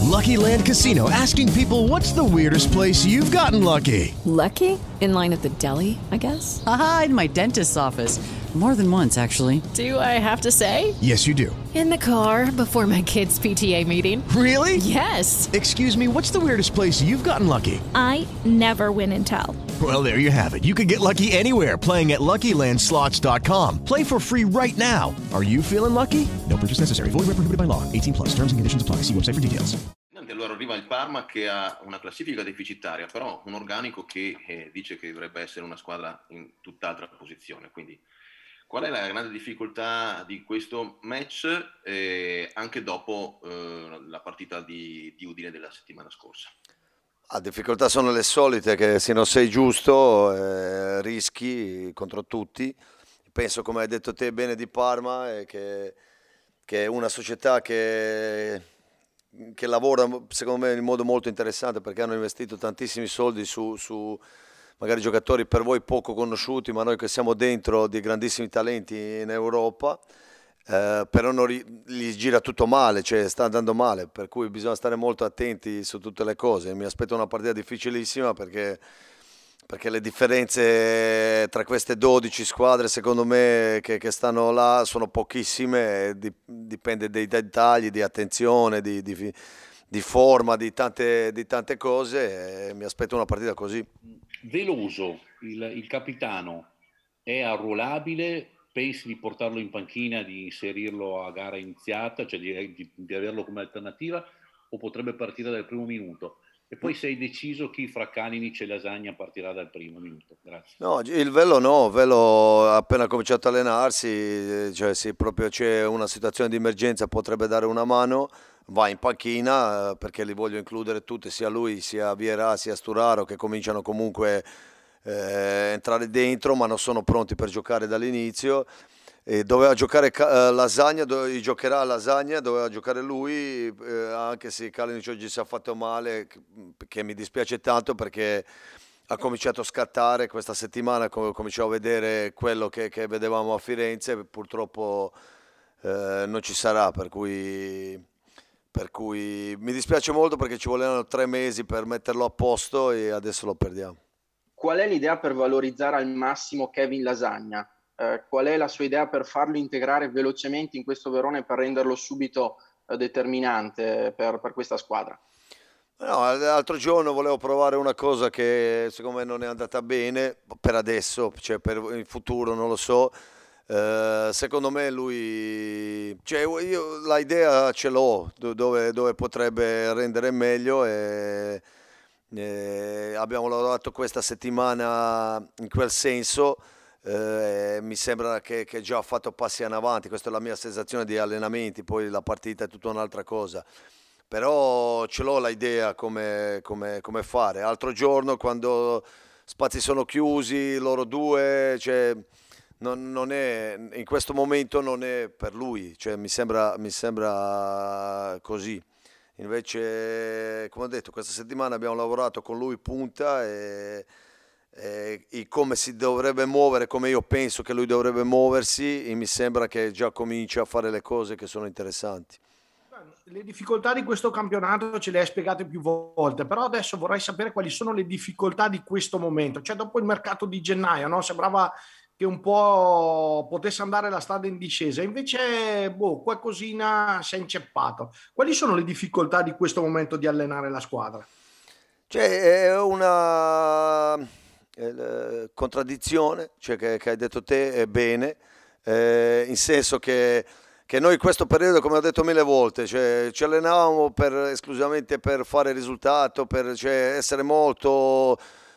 Lucky Land Casino, asking people, what's the weirdest place you've gotten lucky? Lucky? In line at the deli, I guess? Aha, in my dentist's office. More than once, actually. Do I have to say? Yes, you do. In the car before my kids' PTA meeting. Really? Yes. Excuse me, what's the weirdest place you've gotten lucky? I never win and tell. Well, there you have it. You can get lucky anywhere, playing at LuckyLandSlots.com. Play for free right now. Are you feeling lucky? No purchase necessary. Void where prohibited by law. 18+. Terms and conditions apply. See website for details. Allora arriva il Parma che ha una classifica deficitaria, però un organico che dice che dovrebbe essere una squadra in tutt'altra posizione. Quindi qual è la grande difficoltà di questo match anche dopo la partita di Udine della settimana scorsa? Difficoltà sono le solite, che se non sei giusto rischi contro tutti. Penso, come hai detto te bene, di Parma, che è una società che lavora secondo me in modo molto interessante, perché hanno investito tantissimi soldi su magari giocatori per voi poco conosciuti, ma noi che siamo dentro di grandissimi talenti in Europa, però non gli gira tutto male, cioè sta andando male, per cui bisogna stare molto attenti su tutte le cose. Mi aspetto una partita difficilissima perché le differenze tra queste 12 squadre, secondo me, che stanno là sono pochissime, dipende dai dettagli, di attenzione, di forma, di tante cose, e mi aspetto una partita così. Veloso, il capitano, è arruolabile? Pensi di portarlo in panchina, di inserirlo a gara iniziata, cioè di averlo come alternativa, o potrebbe partire dal primo minuto? E poi sei deciso chi fra Kalinic e Lasagna partirà dal primo minuto? Grazie. No, il Velo no, Velo ha appena cominciato a allenarsi, cioè se proprio c'è una situazione di emergenza potrebbe dare una mano, va in panchina, perché li voglio includere tutti, sia lui, sia Vieira, sia Sturaro, che cominciano comunque a entrare dentro, ma non sono pronti per giocare dall'inizio. Doveva giocare Lasagna, giocherà Lasagna, doveva giocare lui, anche se Kalinic oggi si è fatto male, che mi dispiace tanto, perché ha cominciato a scattare questa settimana, cominciamo a vedere quello che vedevamo a Firenze, purtroppo non ci sarà, per cui mi dispiace molto, perché ci volevano 3 mesi per metterlo a posto e adesso lo perdiamo. Qual è l'idea per valorizzare al massimo Kevin Lasagna? Qual è la sua idea per farlo integrare velocemente in questo Verona e per renderlo subito determinante per questa squadra? No, l'altro giorno volevo provare una cosa che secondo me non è andata bene per adesso, cioè per il futuro non lo so. Secondo me lui, cioè io l'idea ce l'ho dove potrebbe rendere meglio, e abbiamo lavorato questa settimana in quel senso. Mi sembra che già ha fatto passi in avanti, questa è la mia sensazione di allenamenti, poi la partita è tutta un'altra cosa, però ce l'ho l'idea come fare. Altro giorno, quando spazi sono chiusi, loro due, cioè non è, in questo momento non è per lui, cioè mi sembra così. Invece, come ho detto, questa settimana abbiamo lavorato con lui punta, e come si dovrebbe muovere, come io penso che lui dovrebbe muoversi, e mi sembra che già comincia a fare le cose che sono interessanti. Le difficoltà di questo campionato ce le hai spiegate più volte, però adesso vorrei sapere quali sono le difficoltà di questo momento, cioè dopo il mercato di gennaio, no? Sembrava che un po' potesse andare la strada in discesa, invece qualcosina si è inceppato. Quali sono le difficoltà di questo momento di allenare la squadra? Cioè è una contraddizione, cioè che hai detto te, è bene, in senso che noi in questo periodo, come ho detto 1000 volte, cioè, ci allenavamo esclusivamente per fare risultato, per essere molto,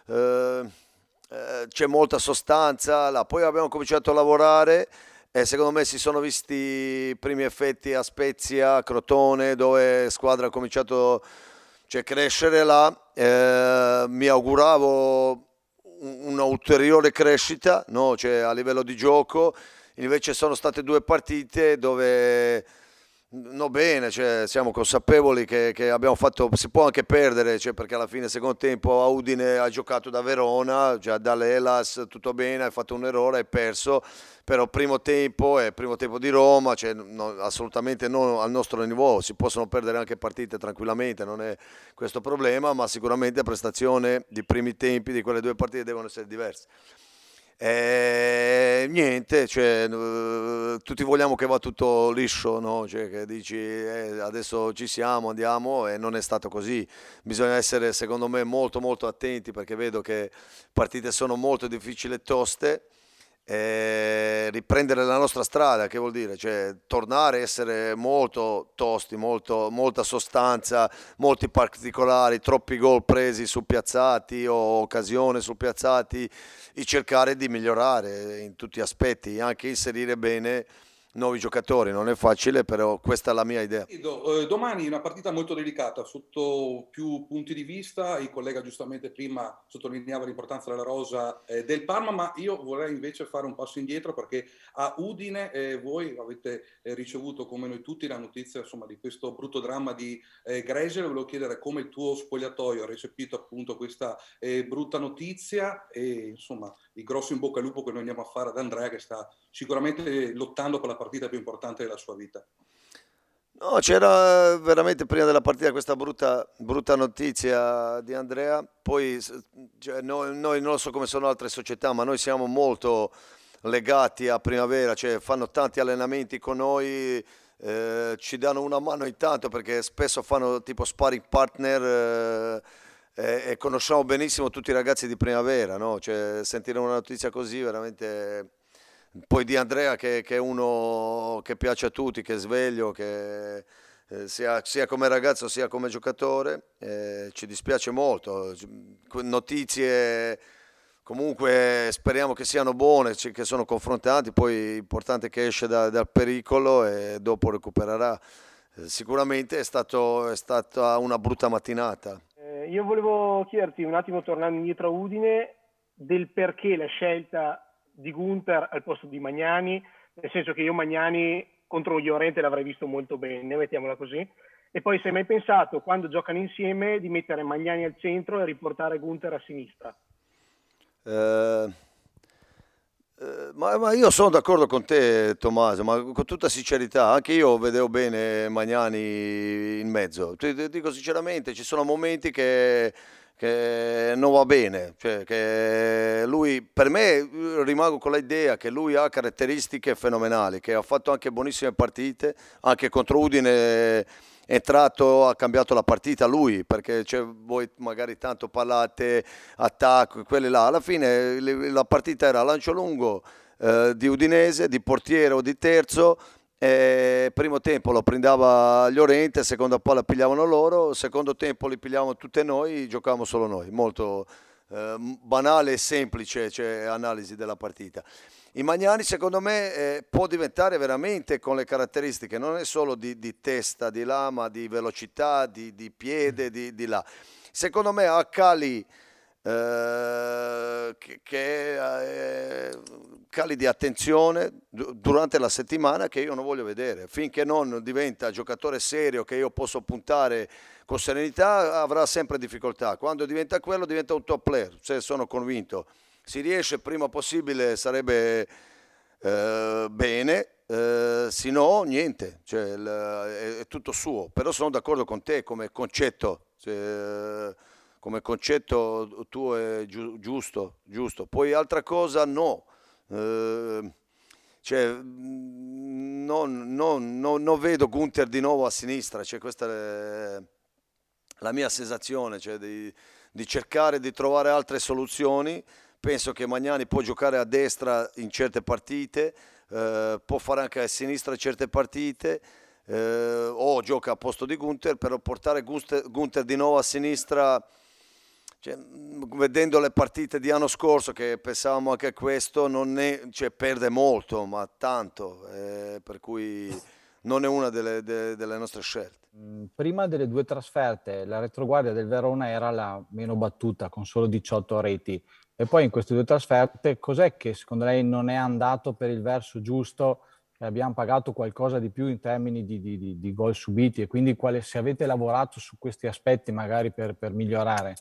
c'è molta sostanza là. Poi abbiamo cominciato a lavorare e secondo me si sono visti i primi effetti a Spezia, a Crotone, dove la squadra ha cominciato a crescere là. Mi auguravo un'ulteriore crescita, no? Cioè, a livello di gioco. Invece sono state 2 partite dove No, bene, cioè, siamo consapevoli che abbiamo fatto, si può anche perdere, cioè, perché alla fine secondo tempo a Udine ha giocato da Verona, già dall'Elas tutto bene, hai fatto un errore, hai perso, però primo tempo è primo tempo di Roma, cioè, assolutamente non al nostro livello, si possono perdere anche partite tranquillamente, non è questo problema, ma sicuramente la prestazione di primi tempi di quelle due partite devono essere diverse. Niente, cioè, tutti vogliamo che va tutto liscio, no? Cioè, che dici adesso ci siamo, andiamo, e non è stato così. Bisogna essere secondo me molto molto attenti, perché vedo che partite sono molto difficili e toste. Riprendere la nostra strada, che vuol dire? Cioè, tornare a essere molto tosti, molta sostanza, molti particolari, troppi gol presi su piazzati o occasioni su piazzati, e cercare di migliorare in tutti gli aspetti, anche inserire bene nuovi giocatori. Non è facile, però questa è la mia idea. Domani una partita molto delicata sotto più punti di vista. Il collega giustamente prima sottolineava l'importanza della rosa del Parma, ma io vorrei invece fare un passo indietro, perché a Udine voi avete ricevuto, come noi tutti, la notizia, insomma, di questo brutto dramma di Gresel. Volevo chiedere come il tuo spogliatoio ha recepito appunto questa brutta notizia, e insomma il grosso in bocca al lupo che noi andiamo a fare ad Andrea, che sta sicuramente lottando per la partita più importante della sua vita. No, c'era veramente prima della partita questa brutta notizia di Andrea, poi cioè, noi non lo so come sono altre società, ma noi siamo molto legati a Primavera, cioè fanno tanti allenamenti con noi, ci danno una mano intanto, perché spesso fanno tipo sparring partner, e conosciamo benissimo tutti i ragazzi di Primavera, no? Cioè, sentire una notizia così veramente. Poi di Andrea che è uno che piace a tutti, che è sveglio, che sia come ragazzo sia come giocatore, ci dispiace molto. Notizie comunque speriamo che siano buone, che sono confrontanti, poi l'importante è che esce dal pericolo e dopo recupererà. Sicuramente è stata una brutta mattinata. Io volevo chiederti un attimo, tornando indietro a Udine, del perché la scelta di Gunther al posto di Magnani, nel senso che io Magnani contro Llorente l'avrei visto molto bene, mettiamola così, e poi se hai mai pensato, quando giocano insieme, di mettere Magnani al centro e riportare Gunther a sinistra? Ma io sono d'accordo con te, Tommaso, ma con tutta sincerità, anche io vedevo bene Magnani in mezzo. Ti dico sinceramente, ci sono momenti che non va bene, cioè che lui, per me, rimango con l'idea che lui ha caratteristiche fenomenali, che ha fatto anche buonissime partite, anche contro Udine è entrato, ha cambiato la partita lui, perché voi magari tanto parlate attacco, quelli là, alla fine la partita era a lancio lungo, di Udinese, di portiere o di terzo. Primo tempo lo prendeva Llorente, seconda poi la pigliavano loro, secondo tempo li pigliavamo tutte noi, giocavamo solo noi. Molto banale e semplice, cioè, analisi della partita. I Magnani secondo me può diventare veramente, con le caratteristiche, non è solo di testa di là, ma di velocità, di piede, di là. Secondo me ha cali cali di attenzione durante la settimana che io non voglio vedere. Finché non diventa giocatore serio che io posso puntare con serenità, avrà sempre difficoltà. Quando diventa quello, diventa un top player, se sono convinto. Si riesce prima possibile, sarebbe bene, se no niente, cioè, è tutto suo. Però sono d'accordo con te come concetto. Come concetto tuo è giusto. Poi altra cosa no, cioè, non vedo Gunther di nuovo a sinistra, cioè, questa è la mia sensazione, cioè, di cercare di trovare altre soluzioni. Penso che Magnani può giocare a destra in certe partite, può fare anche a sinistra in certe partite, o gioca a posto di Gunther, però portare Gunther di nuovo a sinistra. Cioè, vedendo le partite di anno scorso, che pensavamo anche a questo, perde molto, ma tanto, per cui non è una delle nostre scelte. Prima delle due trasferte la retroguardia del Verona era la meno battuta, con solo 18 reti, e poi in queste due trasferte cos'è che secondo lei non è andato per il verso giusto abbiamo pagato qualcosa di più in termini di gol subiti, e quindi se avete lavorato su questi aspetti magari per migliorare.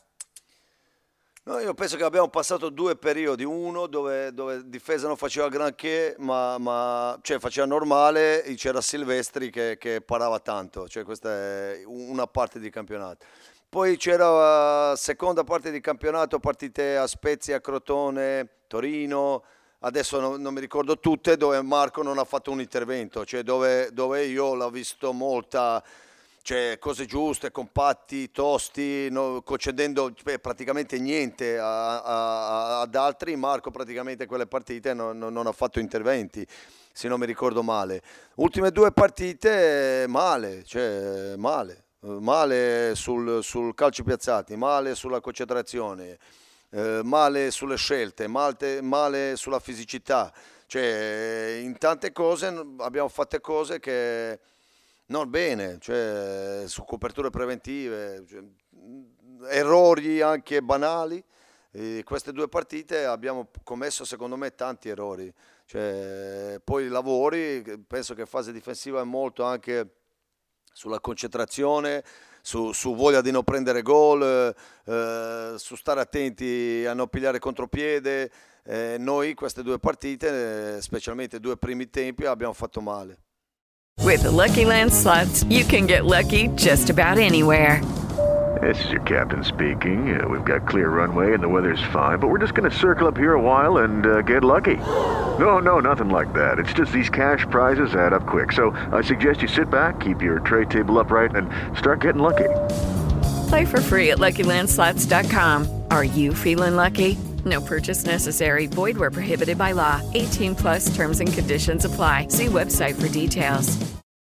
No, io penso che abbiamo passato 2 periodi, uno dove difesa non faceva granché, ma cioè faceva normale, e c'era Silvestri che parava tanto, cioè questa è una parte di campionato. Poi c'era seconda parte di campionato, partite a Spezia, Crotone, Torino, adesso non mi ricordo tutte, dove Marco non ha fatto un intervento, cioè dove io l'ho visto molta... Cioè cose giuste, compatti, tosti, concedendo praticamente niente ad altri. Marco praticamente quelle partite non ha fatto interventi, se non mi ricordo male. Ultime 2 partite male, cioè male sul calcio piazzati, male sulla concentrazione, male sulle scelte, male sulla fisicità. Cioè in tante cose abbiamo fatto cose che... non bene, cioè su coperture preventive, cioè, errori anche banali. Queste 2 partite abbiamo commesso secondo me tanti errori, cioè, poi lavori, penso che fase difensiva è molto anche sulla concentrazione, su voglia di non prendere gol, su stare attenti a non pigliare contropiede. Noi queste 2 partite, specialmente 2 primi tempi, abbiamo fatto male. With the Lucky Land Slots, you can get lucky just about anywhere. This is your captain speaking. We've got clear runway and the weather's fine, but we're just going to circle up here a while and get lucky. No, nothing like that. It's just these cash prizes add up quick. So I suggest you sit back, keep your tray table upright, and start getting lucky. Play for free at LuckyLandSlots.com. Are you feeling lucky? No purchase necessary. Void where prohibited by law. 18+ terms and conditions apply. See website for details.